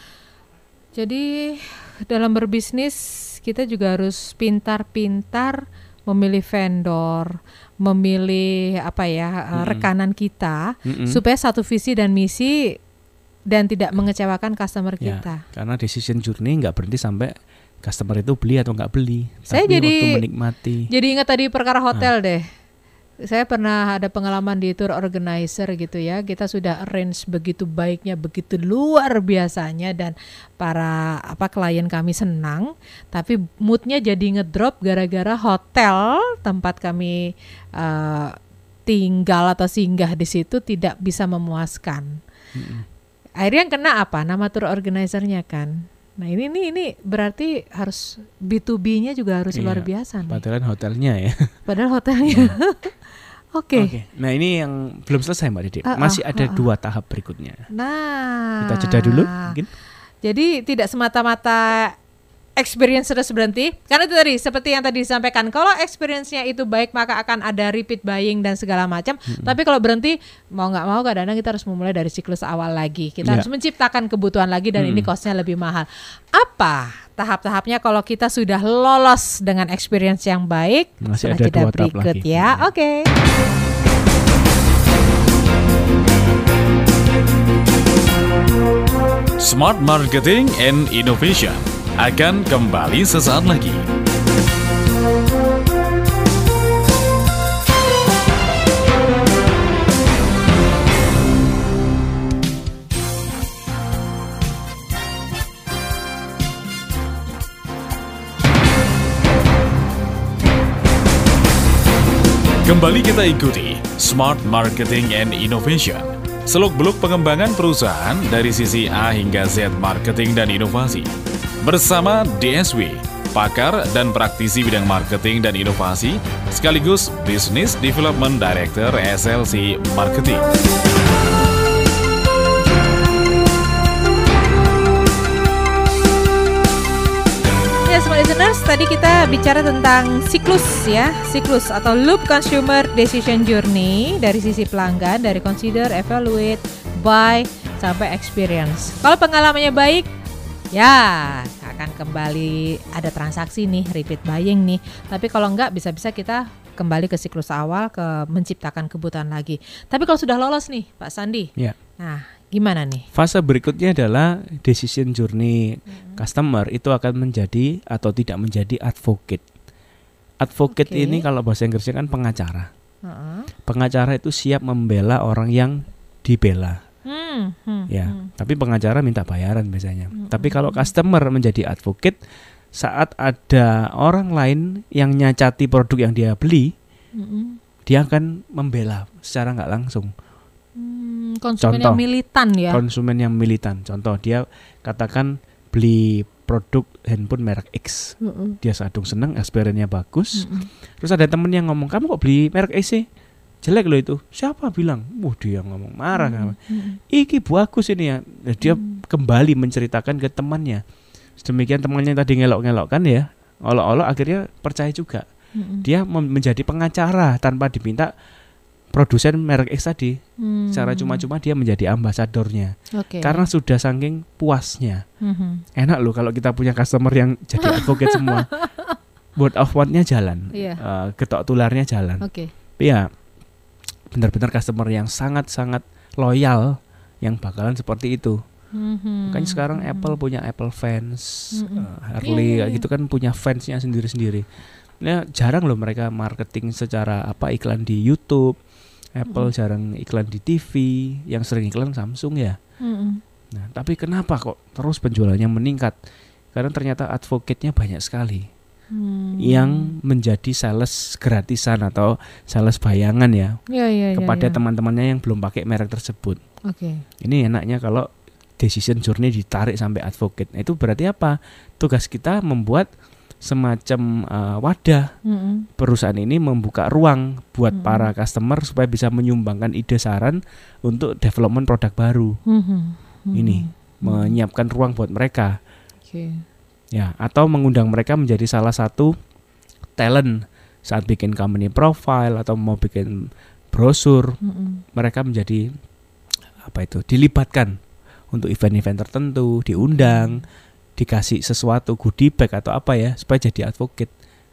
S2: Jadi dalam berbisnis kita juga harus pintar-pintar memilih vendor, memilih apa ya mm-hmm. rekanan kita mm-hmm. supaya satu visi dan misi dan tidak mengecewakan customer
S3: ya,
S2: kita.
S3: Karena decision journey nggak berhenti sampai customer itu beli atau nggak beli.
S2: Saya
S3: tapi
S2: jadi
S3: waktu menikmati.
S2: Jadi ingat tadi perkara hotel nah. deh. Saya pernah ada pengalaman di tour organizer gitu ya. Kita sudah arrange begitu baiknya, begitu luar biasanya dan para apa klien kami senang. Tapi moodnya jadi ngedrop gara-gara hotel tempat kami uh, tinggal atau singgah di situ tidak bisa memuaskan. Mm-hmm. Akhirnya yang kena apa? Nama tour organizer-nya kan. Nah ini ini ini berarti harus B to B-nya juga harus iya, luar biasa nih.
S3: Padahal hotelnya ya.
S2: Padahal hotelnya. Oke. Okay.
S3: Okay. Nah ini yang belum selesai Mbak Didi. Uh, uh, Masih ada uh, uh. dua tahap berikutnya.
S2: Nah.
S3: Kita jeda dulu mungkin.
S2: Jadi tidak semata-mata experience terus berhenti. Karena itu tadi seperti yang tadi disampaikan, kalau experience-nya itu baik maka akan ada repeat buying dan segala macam. Hmm. Tapi kalau berhenti mau nggak mau kadang-kadang kita harus memulai dari siklus awal lagi. Kita yeah. harus menciptakan kebutuhan lagi dan hmm. ini cost-nya lebih mahal. Apa tahap-tahapnya kalau kita sudah lolos dengan experience yang baik?
S3: Masih ada dua tahap
S2: berikut
S3: lagi.
S2: Ya, oke. Okay.
S1: Smart Marketing and Innovation akan kembali sesaat lagi. Kembali kita ikuti Smart Marketing and Innovation. Seluk-beluk pengembangan perusahaan dari sisi A hingga Z marketing dan inovasi. Bersama D S W, pakar dan praktisi bidang marketing dan inovasi, sekaligus Business Development Director S L C Marketing.
S2: Ya, smart listeners, tadi kita bicara tentang siklus ya, siklus atau loop consumer decision journey dari sisi pelanggan, dari consider, evaluate, buy, sampai experience. Kalau pengalamannya baik, ya akan kembali ada transaksi nih, repeat buying nih. Tapi kalau enggak, bisa-bisa kita kembali ke siklus awal, ke menciptakan kebutuhan lagi. Tapi kalau sudah lolos nih, Pak Sandi,
S3: ya.
S2: Nah gimana nih?
S3: Fase berikutnya adalah decision journey. Hmm. Customer itu akan menjadi atau tidak menjadi advocate. Advocate okay. ini kalau bahasa Inggrisnya kan pengacara. Uh-uh. Pengacara itu siap membela orang yang dibela. Hmm, hmm, ya, hmm. tapi pengacara minta bayaran biasanya. Hmm, tapi kalau customer menjadi advocate, saat ada orang lain yang nyacati produk yang dia beli, hmm. dia akan membela secara nggak langsung.
S2: Hmm, konsumen Contoh, yang militan ya.
S3: Konsumen yang militan. Contoh, dia katakan beli produk handphone merek X, hmm. dia sadung seneng, experience-nya bagus. Hmm. Terus ada temen yang ngomong, kamu kok beli merek X sih? Jelek loh itu. Siapa bilang? Wah, dia ngomong marah kan. Hmm. Iki bagus ini ya. Nah, dia hmm. kembali menceritakan ke temannya. Sedemikian temannya tadi ngelok-ngelok kan ya. Olok-olok akhirnya percaya juga. Hmm. Dia mem- menjadi pengacara tanpa diminta produsen merek X tadi. Hmm. Secara cuma-cuma dia menjadi ambasadornya. Okay. Karena sudah saking puasnya. Hmm. Enak loh kalau kita punya customer yang jadi advocate semua. Word of mouth-nya jalan. Yeah. Uh, getok tularnya jalan.
S2: Oke.
S3: Okay. Ya. Benar-benar customer yang sangat-sangat loyal yang bakalan seperti itu. Mm-hmm. Makanya sekarang mm-hmm. Apple punya Apple fans, mm-hmm. uh, Harley yeah, yeah, yeah. gitu kan punya fansnya sendiri-sendiri. Nah, jarang loh mereka marketing secara apa iklan di YouTube. Apple mm-hmm. jarang iklan di T V, yang sering iklan Samsung ya. Mm-hmm. Nah, tapi kenapa kok terus penjualannya meningkat? Karena ternyata advocate-nya banyak sekali. Hmm. Yang menjadi sales gratisan atau sales bayangan ya, ya, ya kepada ya, ya. teman-temannya yang belum pakai merek tersebut.
S2: Okay.
S3: Ini enaknya kalau decision journey ditarik sampai advocate. Nah, itu berarti apa? Tugas kita membuat semacam uh, wadah. Mm-hmm. Perusahaan ini membuka ruang buat mm-hmm. para customer supaya bisa menyumbangkan ide saran untuk development produk baru. Mm-hmm. Ini mm-hmm. menyiapkan ruang buat mereka. Okay. Ya, atau mengundang mereka menjadi salah satu talent saat bikin company profile atau mau bikin brosur. Mm-hmm. Mereka menjadi apa itu? Dilibatkan untuk event-event tertentu, diundang, dikasih sesuatu goodie bag atau apa ya supaya jadi advocate.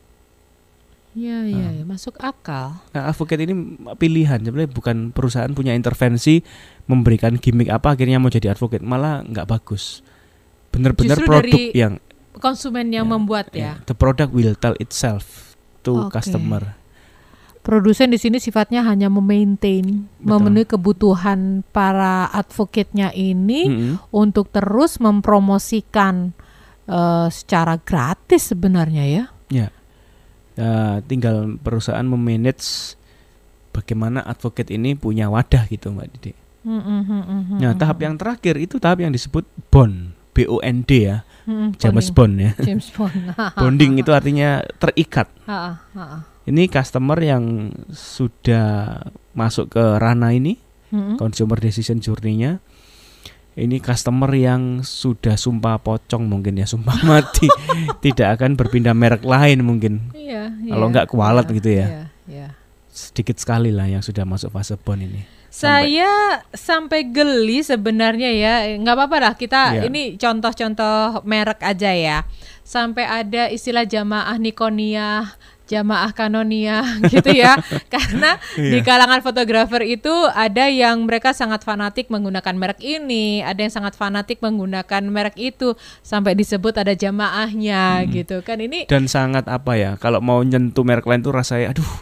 S2: Iya, iya, nah. ya, masuk akal.
S3: Nah, advocate ini pilihan, sebenarnya bukan perusahaan punya intervensi memberikan gimmick apa akhirnya mau jadi advocate, malah nggak bagus. Benar-benar
S2: justru
S3: produk
S2: dari
S3: yang
S2: konsumen yang ya, membuat ya.
S3: ya. The product will tell itself to okay. customer.
S2: Produsen di sini sifatnya hanya memaintain, Betul. memenuhi kebutuhan para advocate-nya ini mm-hmm. untuk terus mempromosikan uh, secara gratis sebenarnya ya.
S3: Ya. Uh, tinggal perusahaan memanage bagaimana advocate ini punya wadah gitu Mbak Didi. Mm-hmm, mm-hmm, nah, tahap yang terakhir itu tahap yang disebut bond, B O N D ya. Mm, James Bond ya. James Bond. Bonding itu artinya terikat. Ha, ha, ha. Ini customer yang sudah masuk ke ranah ini, mm-hmm. consumer decision journey-nya, ini customer yang sudah sumpah pocong mungkin ya, sumpah mati tidak akan berpindah merek lain mungkin.
S2: Iya,
S3: kalau
S2: iya,
S3: nggak kualat
S2: iya,
S3: gitu ya.
S2: Iya, iya.
S3: Sedikit sekali lah yang sudah masuk fase bond ini.
S2: Saya sampai, sampai geli sebenarnya ya, nggak apa-apa lah kita
S3: yeah.
S2: ini contoh-contoh merek aja ya. Sampai ada istilah jamaah Nikonia, jamaah Kanonia gitu ya. Karena yeah. di kalangan fotografer itu ada yang mereka sangat fanatik menggunakan merek ini, ada yang sangat fanatik menggunakan merek itu, sampai disebut ada jamaahnya hmm. gitu kan ini.
S3: Dan sangat apa ya, kalau mau nyentuh merek lain tuh rasanya aduh.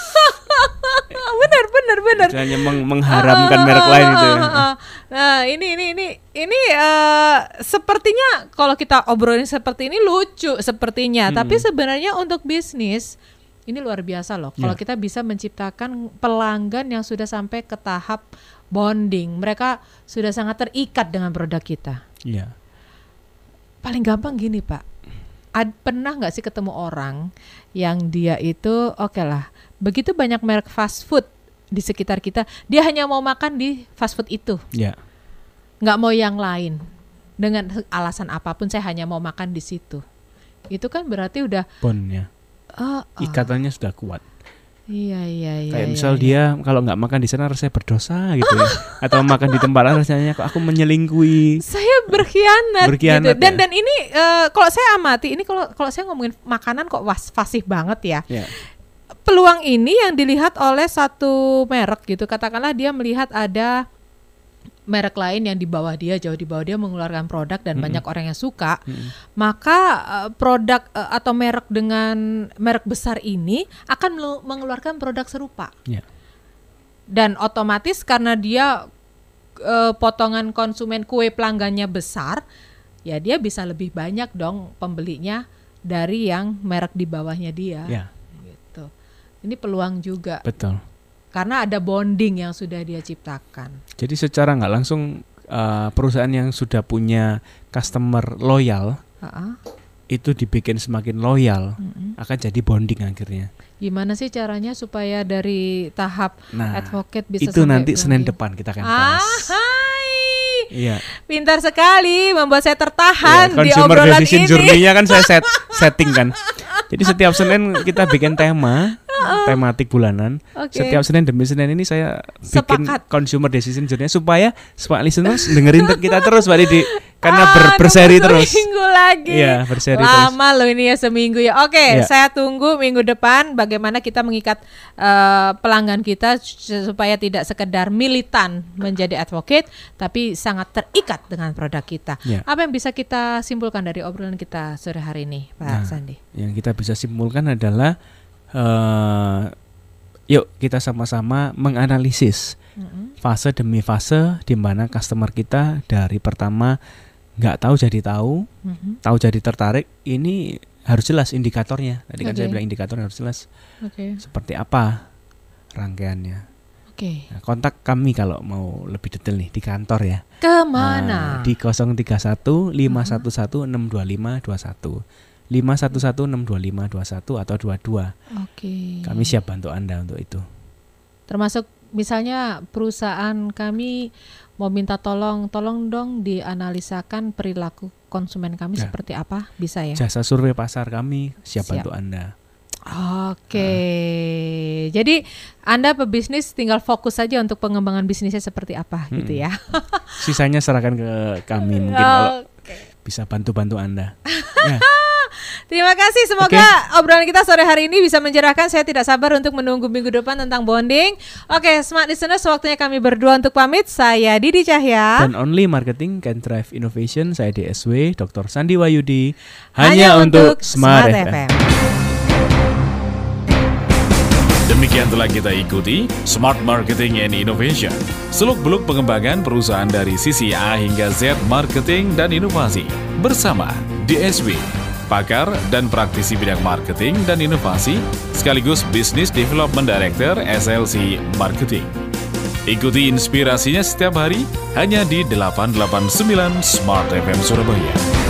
S2: benar benar benar.
S3: Hanya meng- mengharamkan uh, merek uh, lain gitu. Ya. Uh, uh, uh.
S2: Nah ini ini ini ini uh, sepertinya kalau kita obrolin seperti ini lucu sepertinya, hmm. tapi sebenarnya untuk bisnis ini luar biasa loh. Kalau yeah. kita bisa menciptakan pelanggan yang sudah sampai ke tahap bonding, mereka sudah sangat terikat dengan produk kita.
S3: Iya. Yeah.
S2: Paling gampang gini Pak, Ad, pernah nggak sih ketemu orang yang dia itu oke okay lah, begitu banyak merek fast food di sekitar kita, dia hanya mau makan di fast food itu,
S3: yeah.
S2: nggak mau yang lain, dengan alasan apapun saya hanya mau makan di situ. Itu kan berarti udah
S3: bondnya,
S2: uh, uh.
S3: ikatannya sudah kuat.
S2: Iya iya iya.
S3: Kayak
S2: iya,
S3: misal
S2: iya.
S3: dia kalau nggak makan di sana rasanya berdosa gitu ya, atau makan di tempat lain rasanya kok aku menyelingkuhi.
S2: Saya berkhianat,
S3: berkhianat
S2: gitu. Dan
S3: ya?
S2: dan ini uh, kalau saya amati ini kalau kalau saya ngomongin makanan kok was, fasih banget ya.
S3: Yeah.
S2: Peluang ini yang dilihat oleh satu merek gitu, katakanlah dia melihat ada merek lain yang di bawah dia, jauh di bawah dia mengeluarkan produk dan mm-hmm. banyak orang yang suka, mm-hmm. maka uh, produk uh, atau merek dengan merek besar ini akan melu- mengeluarkan produk serupa.
S3: Yeah.
S2: Dan otomatis karena dia uh, potongan konsumen kue pelanggannya besar, ya dia bisa lebih banyak dong pembelinya dari yang merek di bawahnya dia.
S3: Yeah.
S2: Ini peluang juga.
S3: Betul.
S2: Karena ada bonding yang sudah dia ciptakan.
S3: Jadi secara nggak langsung uh, perusahaan yang sudah punya customer loyal uh-uh. itu dibikin semakin loyal, uh-uh. akan jadi bonding akhirnya.
S2: Gimana sih caranya supaya dari tahap
S3: nah,
S2: advocate bisa
S3: itu
S2: sampai
S3: nanti
S2: bonding?
S3: Senin depan kita akan bahas.
S2: Ah, hai.
S3: Iya.
S2: Pintar sekali membuat saya tertahan
S3: ya,
S2: di obrolan ini.
S3: Consumer journey-nya kan saya set, setting kan. Jadi setiap Senin kita bikin tema, uh-uh. tematik bulanan. Okay. Setiap Senin demi Senin ini saya bikin
S2: Sepakat.
S3: consumer decision journey supaya smart listeners dengerin kita terus Mbak Didi. Karena ber, berseri terus.
S2: Seminggu lagi.
S3: Iya, berseri
S2: Lama
S3: terus.
S2: loh ini ya seminggu ya. Oke, okay, ya. Saya tunggu minggu depan bagaimana kita mengikat uh, pelanggan kita supaya tidak sekedar militan menjadi advocate, tapi sangat terikat dengan produk kita. Ya. Apa yang bisa kita simpulkan dari obrolan kita sore hari ini, Pak
S3: nah,
S2: Sandi?
S3: Yang kita bisa simpulkan adalah uh, yuk kita sama-sama menganalisis mm-hmm. fase demi fase di mana customer kita dari pertama nggak tahu jadi tahu, mm-hmm. tahu jadi tertarik. Ini harus jelas indikatornya. Tadi kan okay. saya bilang indikatornya harus jelas. Okay. Seperti apa rangkaiannya. Oke. Okay. Nah, kontak kami kalau mau lebih detail nih di kantor ya.
S2: Kemana?
S3: Nah, di nol tiga satu lima satu satu enam dua lima dua satu lima satu satu enam dua lima dua satu atau dua dua. Oke. Okay. Kami siap bantu Anda untuk itu.
S2: Termasuk misalnya perusahaan kami mau minta tolong, tolong dong dianalisakan perilaku konsumen kami ya. Seperti apa, bisa ya?
S3: Jasa survei pasar kami siap, siap. bantu Anda.
S2: Oke, nah. Jadi Anda pebisnis tinggal fokus saja untuk pengembangan bisnisnya seperti apa, hmm. gitu ya?
S3: Sisanya serahkan ke kami mungkin okay. kalau bisa bantu-bantu Anda. Ya.
S2: Terima kasih, semoga okay. obrolan kita sore hari ini bisa mencerahkan. Saya tidak sabar untuk menunggu minggu depan tentang bonding. Oke, okay, Smart Listeners, waktunya kami berdua untuk pamit. Saya Didi Cahya
S3: dan Only Marketing Can Drive Innovation. Saya D S W Doktor Sandi Wahyudi. Hanya, Hanya untuk Smart, Smart F M.
S1: Demikian telah kita ikuti Smart Marketing and Innovation, seluk-beluk pengembangan perusahaan dari sisi A hingga Z marketing dan inovasi bersama D S W, pakar dan praktisi bidang marketing dan inovasi, sekaligus Business Development Director S L C Marketing. Ikuti inspirasinya setiap hari hanya di delapan delapan sembilan Smart F M Surabaya.